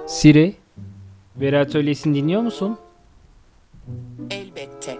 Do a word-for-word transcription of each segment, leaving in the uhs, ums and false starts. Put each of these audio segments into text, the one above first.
Siri, veri atölyesini dinliyor musun? Elbette.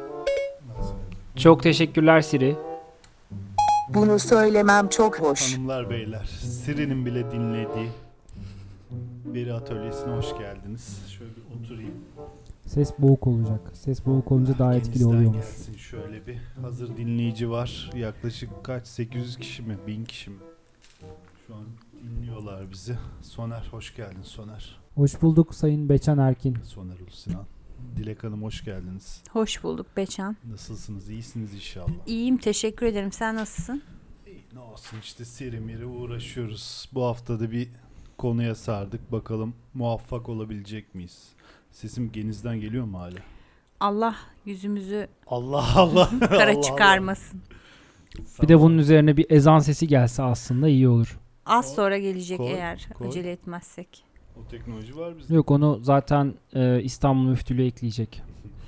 Çok teşekkürler Siri. Bunu söylemem çok hoş. Hanımlar beyler, Siri'nin bile dinlediği veri atölyesine hoş geldiniz. Şöyle bir oturayım. Ses boğuk olacak. Ses boğuk olunca daha etkili Genizden oluyormuş. gelsin şöyle bir. Hazır dinleyici var. Yaklaşık kaç? sekiz yüz kişi mi? bin kişi mi? Şu an dinliyorlar bizi. Soner hoş geldin Soner. Hoş bulduk Sayın Beçan Erkin. Soner Ulusinan. Dilek Hanım hoş geldiniz. Hoş bulduk Beçan. Nasılsınız? İyisiniz inşallah. İyiyim, teşekkür ederim. Sen nasılsın? İyi, ne olsun işte Siri miri uğraşıyoruz. Bu haftada bir konuya sardık. Bakalım muvaffak olabilecek miyiz? Sesim genizden geliyor mu hala? Allah yüzümüzü Allah Allah. kara Allah çıkarmasın. Allah. Bir de bunun üzerine bir ezan sesi gelse aslında iyi olur. Az sonra gelecek Koy, eğer koy. acele etmezsek. O teknoloji var bizde. Yok, onu zaten e, İstanbul Müftülüğü ekleyecek.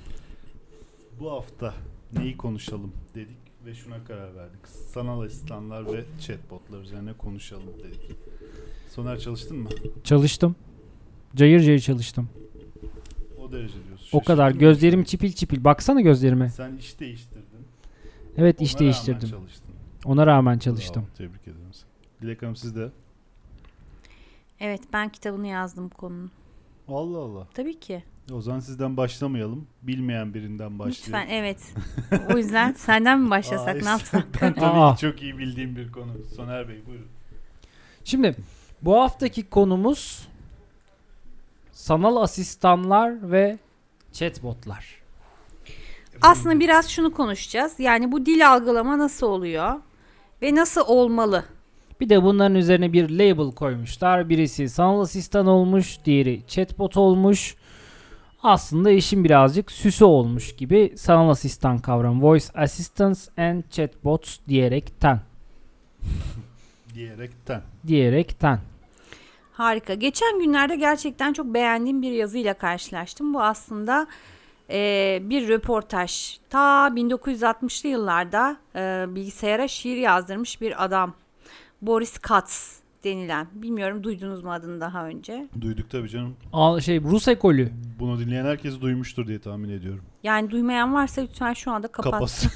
Bu hafta neyi konuşalım dedik ve şuna karar verdik. Sanal asistanlar ve chatbotlar üzerine konuşalım dedik. Soner çalıştın mı? Çalıştım. Cayır cayır çalıştım. O derece diyorsun. O kadar. Şaşırdın mı? Gözlerim çipil çipil. Baksana gözlerime. Sen iş değiştirdin. Evet, Ona iş rağmen değiştirdim. çalıştın. Ona rağmen çalıştım. Bravo, tebrik ederim seni. Dilek Hanım siz de. Evet, ben kitabını yazdım bu konunun. Allah Allah. Tabii ki. O zaman sizden başlamayalım. Bilmeyen birinden başlayalım. Lütfen, evet. O yüzden senden mi başlasak, Aa, ne yapsak? Ben tabii Aa. ki çok iyi bildiğim bir konu. Soner Bey buyurun. Şimdi bu haftaki konumuz sanal asistanlar ve chatbotlar. Aslında biraz şunu konuşacağız. Yani bu dil algılama nasıl oluyor? Ve nasıl olmalı? Bir de bunların üzerine bir label koymuşlar. Birisi sanal asistan olmuş, diğeri chatbot olmuş. Aslında işin birazcık süsü olmuş gibi sanal asistan kavramı. Voice assistants and chatbots diyerekten. Diyerekten. Diyerekten. Harika. Geçen günlerde gerçekten çok beğendiğim bir yazıyla karşılaştım. Bu aslında e, bir röportaj. Ta bin dokuz yüz altmışlı yıllarda e, bilgisayara şiir yazdırmış bir adam. Boris Katz denilen. Bilmiyorum, duydunuz mu adını daha önce? Duyduk tabii canım. Aa, şey Rus ekolü. Bunu dinleyen herkes duymuştur diye tahmin ediyorum. Yani duymayan varsa lütfen şu anda kapat. Kapatsın.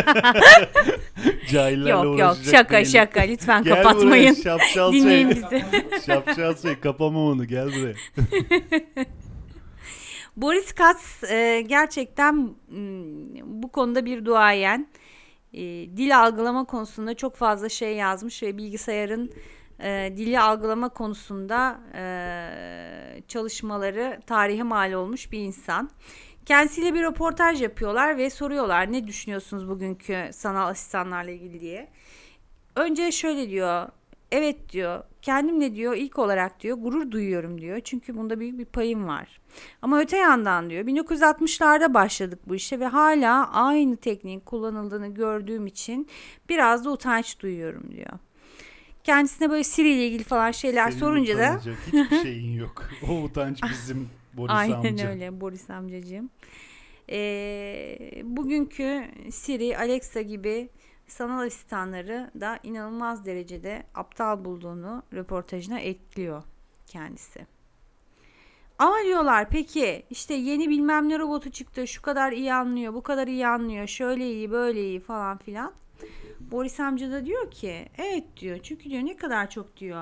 Cahillerle Yok yok, uğraşacak şaka değilim. şaka, lütfen Gel kapatmayın. buraya şapşal Dinleyin şey. bizi. Şapşal şey, kapama onu, gel buraya. Boris Katz e, gerçekten m, bu konuda bir duayen. E, dil algılama konusunda çok fazla şey yazmış ve bilgisayarın e, dili algılama konusunda e, çalışmaları tarihe mal olmuş bir insan. Kendisiyle bir röportaj yapıyorlar ve soruyorlar, ne düşünüyorsunuz bugünkü sanal asistanlarla ilgili diye. Önce şöyle diyor, evet diyor, kendimle diyor ilk olarak diyor gurur duyuyorum diyor. Çünkü bunda büyük bir payım var. Ama öte yandan diyor bin dokuz yüz altmışlarda başladık bu işe ve hala aynı tekniğin kullanıldığını gördüğüm için biraz da utanç duyuyorum diyor. Kendisine böyle Siri ile ilgili falan şeyler Senin sorunca da utanacak hiçbir şeyin yok. O utanç bizim Boris aynen amca. öyle Boris amcacığım. Ee, bugünkü Siri, Alexa gibi sanal asistanları da inanılmaz derecede aptal bulduğunu röportajına ekliyor kendisi. Ama diyorlar, peki işte yeni bilmem ne robotu çıktı, şu kadar iyi anlıyor, bu kadar iyi anlıyor, şöyle iyi böyle iyi falan filan. Boris amca da diyor ki evet diyor, çünkü diyor ne kadar çok diyor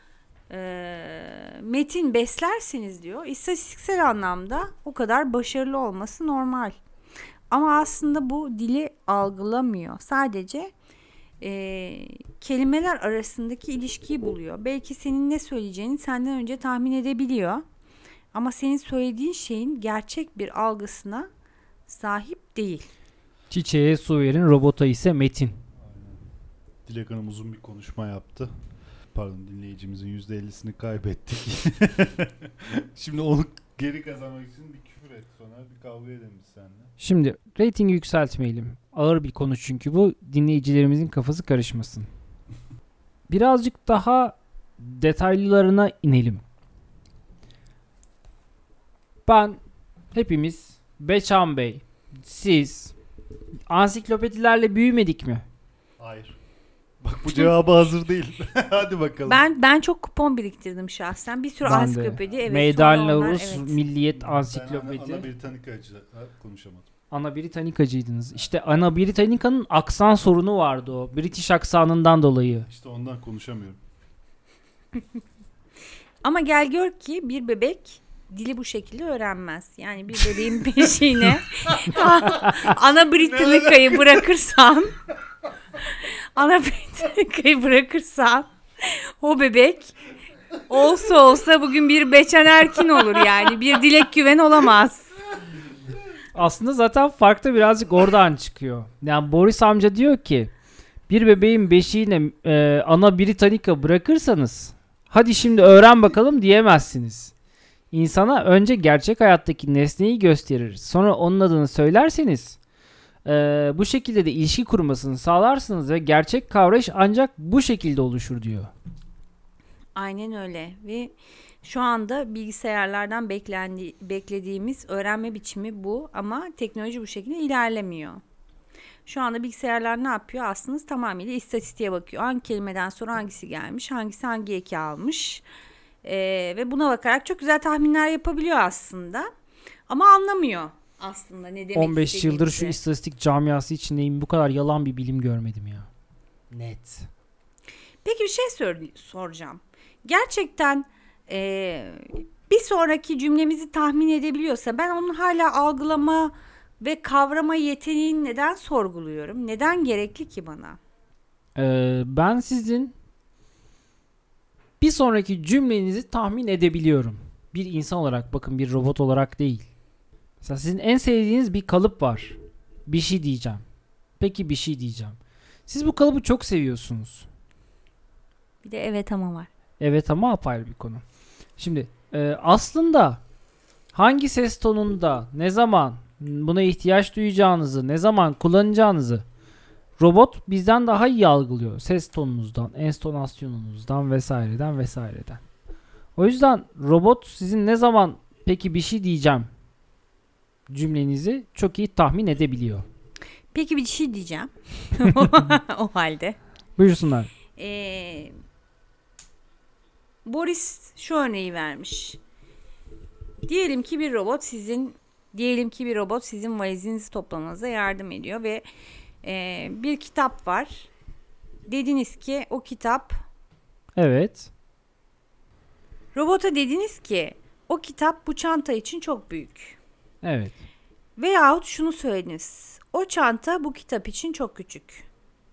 e, metin beslersiniz diyor, istatistiksel anlamda o kadar başarılı olması normal. Ama aslında bu dili algılamıyor. Sadece e, kelimeler arasındaki ilişkiyi buluyor. Belki senin ne söyleyeceğini senden önce tahmin edebiliyor. Ama senin söylediğin şeyin gerçek bir algısına sahip değil. Çiçeğe su verin, robota ise metin. Dilek Hanım uzun bir konuşma yaptı. Pardon, dinleyicimizin yüzde ellisini kaybettik. Şimdi onu geri kazanmak için bir küfür et sonra, bir kavga edelim biz seninle. Şimdi reytingi yükseltmeyelim. Ağır bir konu çünkü bu. Dinleyicilerimizin kafası karışmasın. Birazcık daha detaylılarına inelim. Ben, hepimiz, Beçan Bey, siz ansiklopedilerle büyümedik mi? Hayır. Bak bu cevabı hazır değil. Hadi bakalım. Ben ben çok kupon biriktirdim şahsen. Bir sürü Ben de. ansiklopedi. Evet, Meydan sonra onlar- Laurus, evet. Milliyet Ben ana, Ansiklopedi. ana Britannica'cı ha, konuşamadım. Ana Britannica'cıydınız. İşte Ana Britannica'nın aksan sorunu vardı o. British aksanından dolayı. İşte ondan konuşamıyorum. Ama gel gör ki bir bebek dili bu şekilde öğrenmez. Yani bir bebeğin peşine ana Britannica'yı bırakırsan ana Britannica'yı bırakırsan o bebek olsa olsa bugün bir Beçen Erkin olur yani. Bir Dilek Güven olamaz. Aslında zaten fark da birazcık oradan çıkıyor. Yani Boris amca diyor ki bir bebeğin beşiğine e, Ana Britannica bırakırsanız hadi şimdi öğren bakalım diyemezsiniz. İnsana önce gerçek hayattaki nesneyi gösterir. Sonra onun adını söylerseniz e, bu şekilde de ilişki kurmasını sağlarsınız ve gerçek kavrayış ancak bu şekilde oluşur diyor. Aynen öyle ve şu anda bilgisayarlardan beklendi, beklediğimiz öğrenme biçimi bu ama teknoloji bu şekilde ilerlemiyor. Şu anda bilgisayarlar ne yapıyor? Aslında tamamıyla istatistiğe bakıyor. Hangi kelimeden sonra hangisi gelmiş, hangisi hangi eki almış ee, ve buna bakarak çok güzel tahminler yapabiliyor aslında. Ama anlamıyor aslında ne demek on beş yıldır şu istediğimizi. istatistik camiası içindeyim. Bu kadar yalan bir bilim görmedim ya. Net. Peki bir şey sor- soracağım. Gerçekten e, bir sonraki cümlemizi tahmin edebiliyorsa ben onun hala algılama ve kavrama yeteneğini neden sorguluyorum? Neden gerekli ki bana? Ee, ben sizin bir sonraki cümlenizi tahmin edebiliyorum. Bir insan olarak, bakın, bir robot olarak değil. Mesela sizin en sevdiğiniz bir kalıp var. Bir şey diyeceğim. Peki bir şey diyeceğim. Siz bu kalıbı çok seviyorsunuz. Bir de evet ama var. Evet ama apayrı bir konu. Şimdi e, aslında hangi ses tonunda, ne zaman buna ihtiyaç duyacağınızı, ne zaman kullanacağınızı robot bizden daha iyi algılıyor. Ses tonunuzdan, entonasyonunuzdan vesaireden vesaireden. O yüzden robot sizin ne zaman peki bir şey diyeceğim cümlenizi çok iyi tahmin edebiliyor. Peki bir şey diyeceğim. O halde. Buyursunlar. Ee, Boris şu örneği vermiş. Diyelim ki bir robot sizin diyelim ki bir robot sizin valizinizi toplamanıza yardım ediyor ve e, bir kitap var. Dediniz ki o kitap Evet. robota dediniz ki o kitap bu çanta için çok büyük. Evet. Veyahut şunu söylediniz. O çanta bu kitap için çok küçük.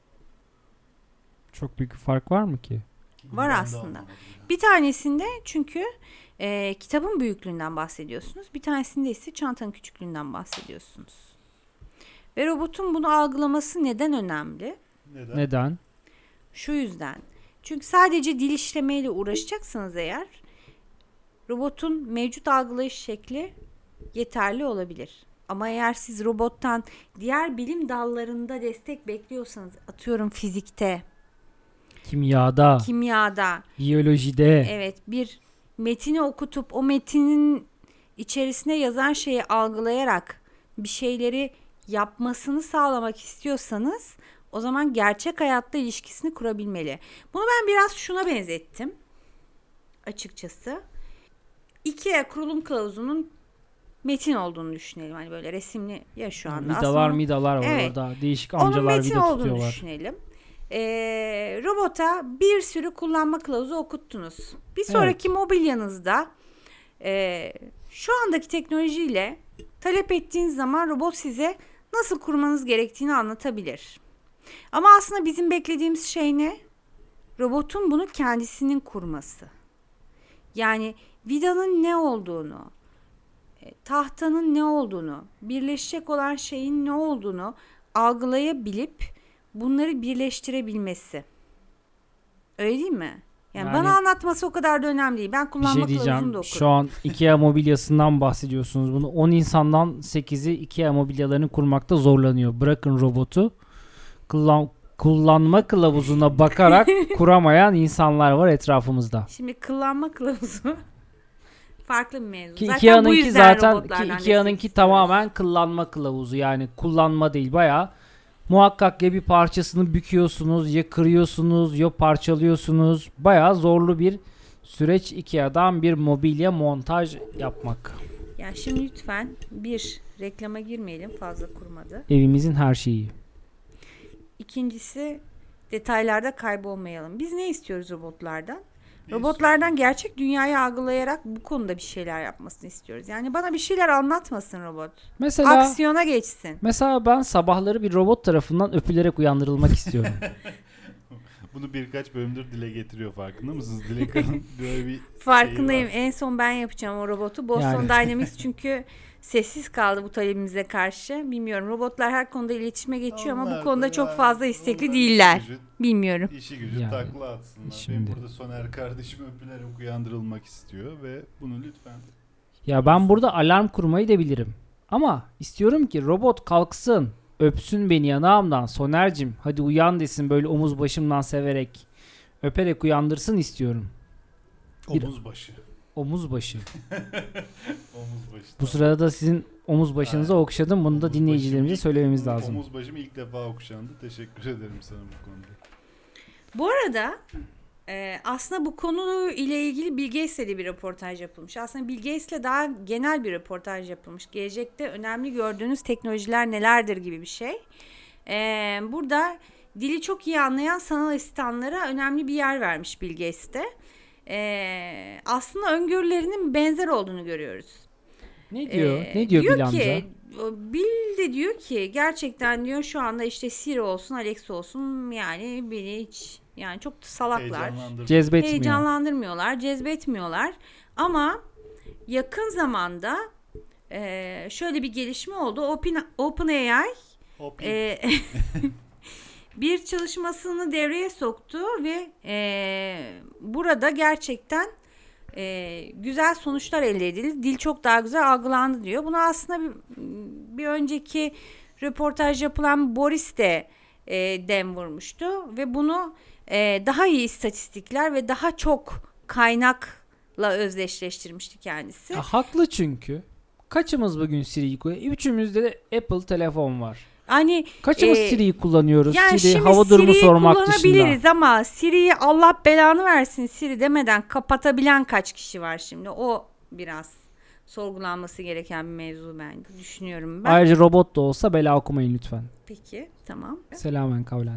Çok büyük bir fark var mı ki? Var Ben de aslında. anlamadım ya. Bir tanesinde çünkü e, kitabın büyüklüğünden bahsediyorsunuz. Bir tanesinde ise çantanın küçüklüğünden bahsediyorsunuz. Ve robotun bunu algılaması neden önemli? Neden? Neden? Şu yüzden. Çünkü sadece dil işlemeyle uğraşacaksanız eğer robotun mevcut algılayış şekli yeterli olabilir. Ama eğer siz robottan diğer bilim dallarında destek bekliyorsanız, atıyorum fizikte, Kimyada, kimyada, biyolojide. evet, bir metini okutup o metinin içerisine yazan şeyi algılayarak bir şeyleri yapmasını sağlamak istiyorsanız o zaman gerçek hayatta ilişkisini kurabilmeli. Bunu ben biraz şuna benzettim açıkçası. IKEA kurulum kılavuzunun metin olduğunu düşünelim. Hani böyle resimli ya şu anda. Vidalar Aslında midalar var Evet. orada. Değişik onun amcalar metin vida olduğunu tutuyorlar. düşünelim. Ee, robota bir sürü kullanma kılavuzu okuttunuz. Bir sonraki mobilyanızda e, şu andaki teknolojiyle talep ettiğiniz zaman robot size nasıl kurmanız gerektiğini anlatabilir. Ama aslında bizim beklediğimiz şey ne? Robotun bunu kendisinin kurması. Yani vidanın ne olduğunu, e, tahtanın ne olduğunu, birleşecek olan şeyin ne olduğunu algılayabilip bunları birleştirebilmesi. Öyle değil mi? Yani, Yani- bana anlatması o kadar da önemli değil. Ben Bir kullanma şey kılavuzunu diyeceğim. da okurum. Şu an IKEA mobilyasından bahsediyorsunuz. Bunu on insandan sekizi IKEA mobilyalarını kurmakta zorlanıyor. Bırakın robotu. Kullan kullanma kılavuzuna bakarak kuramayan insanlar var etrafımızda. Şimdi kullanma kılavuzu farklı bir mevzu. Ki Zaten bu yüzden zaten ki robotlardan IKEA'nınki destek tamamen kullanma kılavuzu, yani kullanma değil, bayağı Muhakkak ya bir parçasını büküyorsunuz, ya kırıyorsunuz, ya parçalıyorsunuz. Bayağı zorlu bir süreç IKEA'dan bir mobilya montaj yapmak. Yani şimdi lütfen bir reklama girmeyelim, fazla kurmadı. Evimizin her şeyi. İkincisi detaylarda kaybolmayalım. Biz ne istiyoruz robotlardan? Robotlardan gerçek dünyayı algılayarak bu konuda bir şeyler yapmasını istiyoruz. Yani bana bir şeyler anlatmasın robot. Mesela Aksiyona geçsin. mesela ben sabahları bir robot tarafından öpülerek uyandırılmak istiyorum. Bunu birkaç bölümdür dile getiriyor, farkında mısınız? Dilek Hanım böyle bir Farkındayım. şeyi var. En son ben yapacağım o robotu. Boston Yani. Dynamics çünkü sessiz kaldı bu talebimize karşı. Bilmiyorum. Robotlar her konuda iletişime geçiyor ama Onlar bu konuda da çok yani fazla istekli onlar değiller. işi gücü- Bilmiyorum. İşi gücü Yani, takla atsınlar. şimdi- Benim burada Soner kardeşim öpülerek uyandırılmak istiyor ve bunu lütfen. Ya ben burada alarm kurmayı da bilirim. Ama istiyorum ki robot kalksın, öpsün beni yanağımdan. Soner'cim hadi uyan desin, böyle omuz başımdan severek, öperek uyandırsın istiyorum. Bir- Omuz başı. Omuz başı. Omuz başı. Bu sırada da sizin omuz başınızı Aynen. okşadım. Bunu da Omuz dinleyicilerimize başım- söylememiz lazım. Omuz başım ilk defa okşandı. Teşekkür ederim sana bu konuda. Bu arada e, aslında bu konu ile ilgili Bill Gates'le de bir röportaj yapılmış. Aslında Bill Gates'le daha genel bir röportaj yapılmış. Gelecekte önemli gördüğünüz teknolojiler nelerdir gibi bir şey. E, burada dili çok iyi anlayan sanal asistanlara önemli bir yer vermiş Bill Gates'te. E, aslında öngörülerinin benzer olduğunu görüyoruz. Ne diyor? Ee, ne diyor, Bill amca? ki, Bill de diyor ki gerçekten diyor şu anda işte Siri olsun, Alexa olsun, yani beni hiç, yani çok salaklar. Heyecanlandırdı. Cezbetmiyor. Heyecanlandırmıyorlar, cezbetmiyorlar. Ama yakın zamanda e, şöyle bir gelişme oldu. Open, OpenAI Hop, e, bir çalışmasını devreye soktu ve e, burada gerçekten e, güzel sonuçlar elde edildi. Dil çok daha güzel algılandı diyor. Bunu aslında bir, bir önceki röportaj yapılan Boris de e, dem vurmuştu ve bunu e, daha iyi istatistikler ve daha çok kaynakla özdeşleştirmişti kendisi. Ya, haklı çünkü. Kaçımız bugün Siri'yi kullanıyor? Üçümüzde de Apple telefon var. Hani Kaçımız e, Siri'yi kullanıyoruz? yani Siri şimdi hava durumu Siri'yi sormak dışında. kullanabiliriz ama Siri'yi Allah belanı versin Siri demeden kapatabilen kaç kişi var şimdi? O biraz sorgulanması gereken bir mevzu ben düşünüyorum ben. Ayrıca robot da olsa bela okumayın lütfen. Peki, tamam. Selamen kavlen.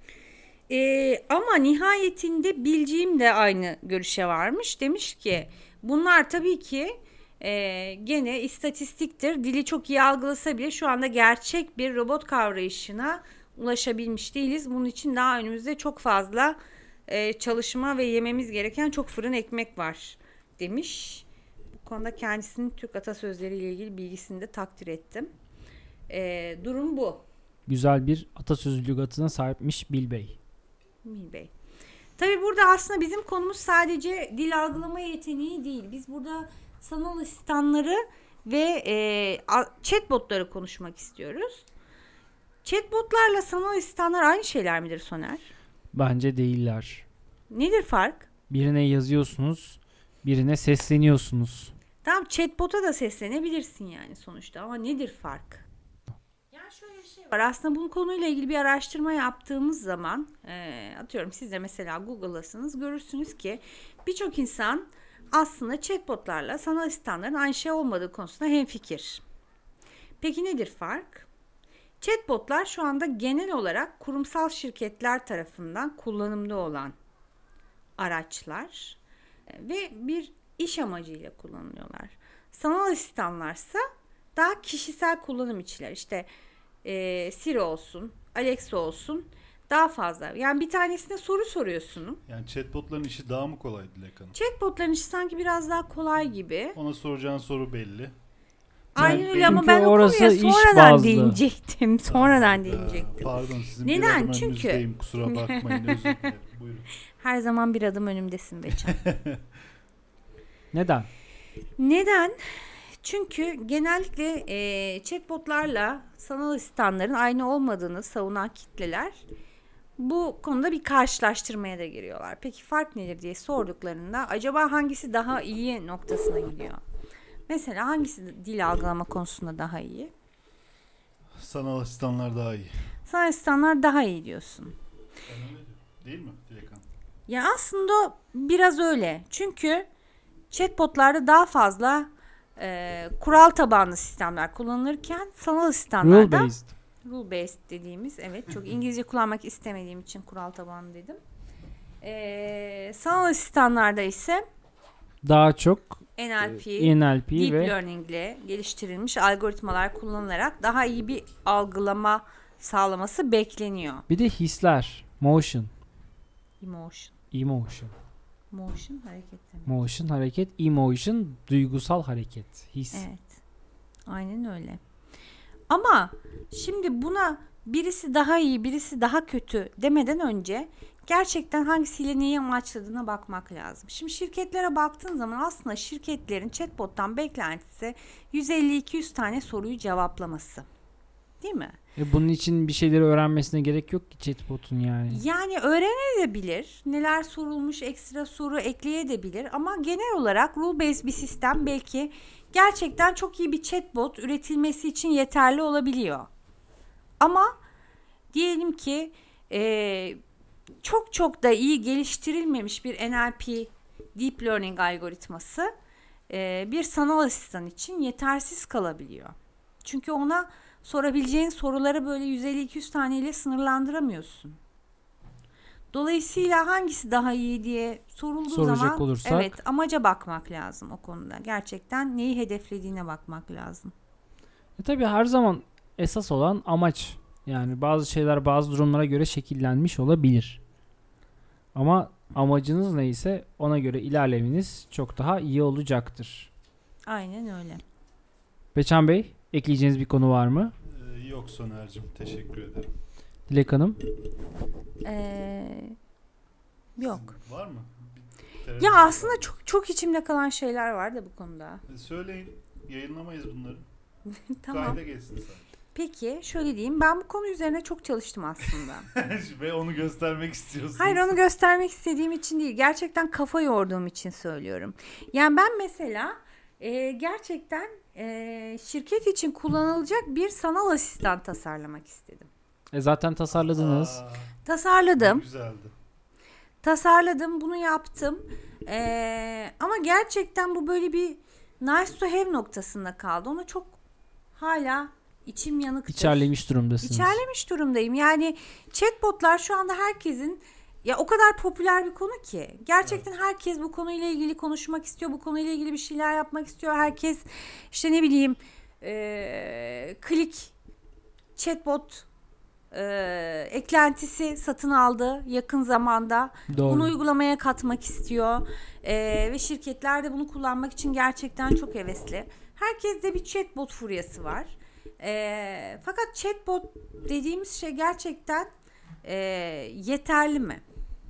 Ee, ama nihayetinde Bilciğim de aynı görüşe varmış. Demiş ki bunlar tabii ki e, gene istatistiktir. Dili çok iyi algılasa bile şu anda gerçek bir robot kavrayışına ulaşabilmiş değiliz. Bunun için daha önümüzde çok fazla e, çalışma ve yememiz gereken çok fırın ekmek var demiş. Bu konuda kendisinin Türk atasözleriyle ilgili bilgisini de takdir ettim. E, durum bu. Güzel bir atasözü lügatına sahipmiş Bill Bey. Mil Bey. Tabii burada aslında bizim konumuz sadece dil algılama yeteneği değil. Biz burada sanal asistanları ve e, chatbotları konuşmak istiyoruz. Chatbotlarla sanal asistanlar aynı şeyler midir Soner? Bence değiller. Nedir fark? Birine yazıyorsunuz, birine sesleniyorsunuz. Tamam, chatbot'a da seslenebilirsin yani sonuçta ama nedir fark? Yani şöyle bir şey var. Aslında bu konuyla ilgili bir araştırma yaptığımız zaman e, atıyorum siz de mesela Google'lasınız, görürsünüz ki birçok insan aslında chatbotlarla sanal asistanların aynı şey olmadığı konusunda hemfikir. Peki nedir fark? Chatbotlar şu anda genel olarak kurumsal şirketler tarafından kullanımda olan araçlar ve bir iş amacıyla kullanılıyorlar. Sanal asistanlarsa daha kişisel kullanım içinler. İşte e, Siri olsun, Alexa olsun, daha fazla. Yani bir tanesine soru soruyorsun. Yani chatbotların işi daha mı kolay Dilek Hanım? Chatbotların işi sanki biraz daha kolay gibi. Ona soracağın soru belli. Aynen Yani öyle ama çünkü ben o orası konuya iş sonradan bazlı. değinecektim. Sonradan Ee, değinecektim. Pardon, sizin Neden? bir adım Çünkü- önünüzdeyim. Kusura bakmayın, özür dilerim. Buyurun. Her zaman bir adım önümdesin Beçen. Neden? Neden? Çünkü genellikle e, chatbotlarla sanal asistanların aynı olmadığını savunan kitleler bu konuda bir karşılaştırmaya da giriyorlar. Peki fark nedir diye sorduklarında acaba hangisi daha iyi noktasına gidiyor? Mesela hangisi dil algılama konusunda daha iyi? Sanal asistanlar daha iyi. sanal asistanlar daha iyi diyorsun. Ben öyle diyorum. Değil mi Dilek Hanım? Ya aslında biraz öyle. Çünkü chatbotlarda daha fazla e, kural tabanlı sistemler kullanılırken sanal Rule asistanlarda based. rule based dediğimiz, evet, çok İngilizce kullanmak istemediğim için kural tabanlı dedim. E, sanal asistanlarda ise Daha çok N L P, N L P Deep ve Learning ile geliştirilmiş algoritmalar kullanılarak daha iyi bir algılama sağlaması bekleniyor. bir de hisler. Motion. Emotion. Emotion. Motion hareket demek. Motion hareket. Emotion duygusal hareket. His. Evet. Aynen öyle. Ama şimdi buna birisi daha iyi, birisi daha kötü demeden önce gerçekten hangisiyle neyi amaçladığına bakmak lazım. Şimdi şirketlere baktığın zaman aslında şirketlerin chatbot'tan beklentisi yüz elli iki yüz tane soruyu cevaplaması. Değil mi? E bunun için bir şeyleri öğrenmesine gerek yok ki chatbot'un yani. Yani öğrenebilir. Neler sorulmuş, ekstra soru ekleyebilir. Ama genel olarak rule based bir sistem belki gerçekten çok iyi bir chatbot üretilmesi için yeterli olabiliyor. Ama diyelim ki e, çok çok da iyi geliştirilmemiş bir N L P Deep Learning algoritması e, bir sanal asistan için yetersiz kalabiliyor. Çünkü ona sorabileceğin soruları böyle yüz elli iki yüz taneyle sınırlandıramıyorsun. Dolayısıyla hangisi daha iyi diye sorulduğu Soracak zaman olursak- evet, amaca bakmak lazım o konuda. Gerçekten neyi hedeflediğine bakmak lazım. E tabii her zaman esas olan amaç. Yani bazı şeyler bazı durumlara göre şekillenmiş olabilir. Ama amacınız neyse ona göre ilerlemeniz çok daha iyi olacaktır. Aynen öyle. Beçan Bey, ekleyeceğiniz bir konu var mı? Ee, yok Soner'cim. Teşekkür ederim. Dilek Hanım. Ee, yok. Var mı? Bir Ya terörist- aslında çok çok içimde kalan şeyler var da bu konuda. E, Söyleyin. Yayınlamayız bunları. Tamam. Kayda geçsin sadece. Peki şöyle diyeyim, ben bu konu üzerine çok çalıştım aslında. Ve onu göstermek istiyorsunuz. Hayır, onu göstermek istediğim için değil. Gerçekten kafa yorduğum için söylüyorum. Yani ben mesela e, gerçekten e, şirket için kullanılacak bir sanal asistan tasarlamak istedim. E zaten tasarladınız. Aa, Tasarladım. güzeldi. Tasarladım, bunu yaptım. E, ama gerçekten bu böyle bir nice to have noktasında kaldı. Ona çok hala içim yanıktır. İçerlemiş durumdasınız. İçerlemiş durumdayım. Yani chatbotlar şu anda herkesin, ya o kadar popüler bir konu ki. Gerçekten herkes bu konuyla ilgili konuşmak istiyor. Bu konuyla ilgili bir şeyler yapmak istiyor. Herkes işte ne bileyim e, klik chatbot e, eklentisi satın aldı yakın zamanda. Doğru. Bunu uygulamaya katmak istiyor. E, ve şirketler de bunu kullanmak için gerçekten çok hevesli. Herkeste bir chatbot furyası var. E, fakat chatbot dediğimiz şey gerçekten e, yeterli mi?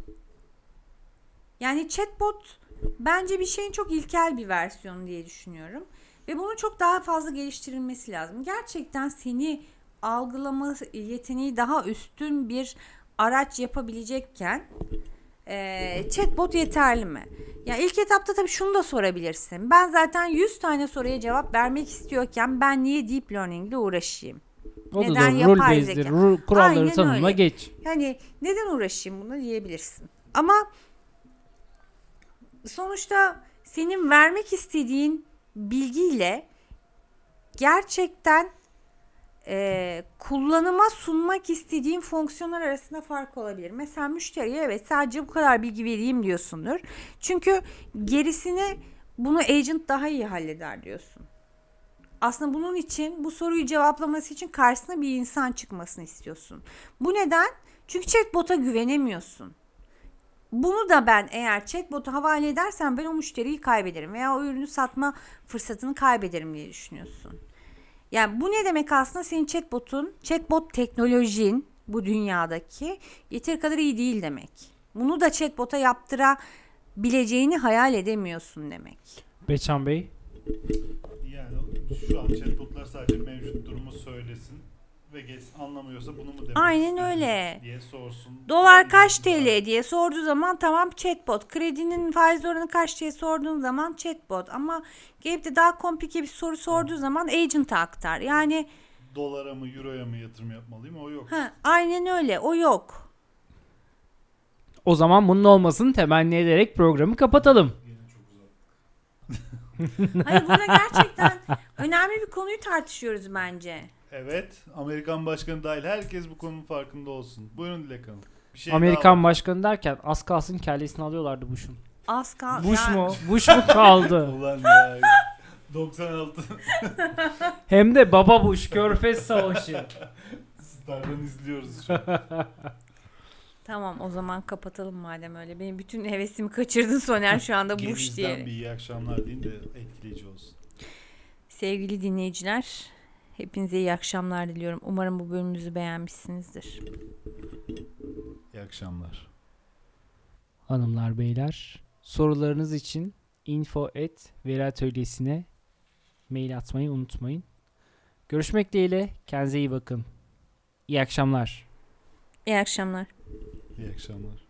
Yani chatbot bence bir şeyin çok ilkel bir versiyonu diye düşünüyorum. Ve bunun çok daha fazla geliştirilmesi lazım. Gerçekten seni algılama yeteneği daha üstün bir araç yapabilecekken e, chatbot yeterli mi? Ya ilk etapta tabii şunu da sorabilirsin. Ben zaten yüz tane soruya cevap vermek istiyorken ben niye deep learning ile uğraşayım? O da Neden doğru. yapay Rule based'dir. zeka? Ru- Kuralları Aynen tanımla öyle. geç. Yani neden uğraşayım buna diyebilirsin. Ama sonuçta senin vermek istediğin bilgiyle gerçekten e, kullanıma sunmak istediğin fonksiyonlar arasında fark olabilir. Mesela müşteriye evet sadece bu kadar bilgi vereyim diyorsundur. Çünkü gerisini bunu agent daha iyi halleder diyorsun. Aslında bunun için, bu soruyu cevaplaması için karşısına bir insan çıkmasını istiyorsun. Bu neden? Çünkü chatbot'a güvenemiyorsun. Bunu da ben eğer chatbot'a havale edersem ben o müşteriyi kaybederim veya o ürünü satma fırsatını kaybederim diye düşünüyorsun. Yani bu ne demek aslında? Senin chatbot'un, chatbot teknolojin bu dünyadaki yeteri kadar iyi değil demek. Bunu da chatbot'a yaptırabileceğini hayal edemiyorsun demek. Beçan Bey. Yani şu an chatbotlar sadece mevcut durumu söylesin ve geç, anlamıyorsa bunu mu demek Aynen istedin öyle. diye sorsun. Dolar kaç T L diye sorduğu zaman tamam chatbot. Kredinin faiz oranı kaç diye sorduğun zaman chatbot. Ama gelip de daha komplike bir soru sorduğu zaman agent'a aktar. Yani dolara mı euroya mı yatırım yapmalıyım o yok. Ha, aynen öyle. O yok. O zaman bunun olmasını temenni ederek programı kapatalım. Yine çok uzak. Hayır, burada gerçekten önemli bir konuyu tartışıyoruz bence. Evet, Amerikan başkanı dahil herkes bu konunun farkında olsun. Buyurun Dilek Hanım. Bir şey daha Amerikan var. başkanı derken az kalsın kellesini alıyorlardı Bush'un. Az kal. Bush ya- mu? Bush mu kaldı? Ulan ya. doksan altı Hem de Baba Bush, Körfez Savaşı. Star'dan izliyoruz şu an. Tamam, o zaman kapatalım madem öyle. Benim bütün hevesimi kaçırdın Soner şu anda Bush Genizden diye. bir iyi akşamlar deyin de etkileyici olsun. Sevgili dinleyiciler, hepinize iyi akşamlar diliyorum. Umarım bu bölümümüzü beğenmişsinizdir. İyi akşamlar. Hanımlar beyler, sorularınız için info at veriatölyesine mail atmayı unutmayın. Görüşmek dileğiyle, kendinize iyi bakın. İyi akşamlar. İyi akşamlar. İyi akşamlar.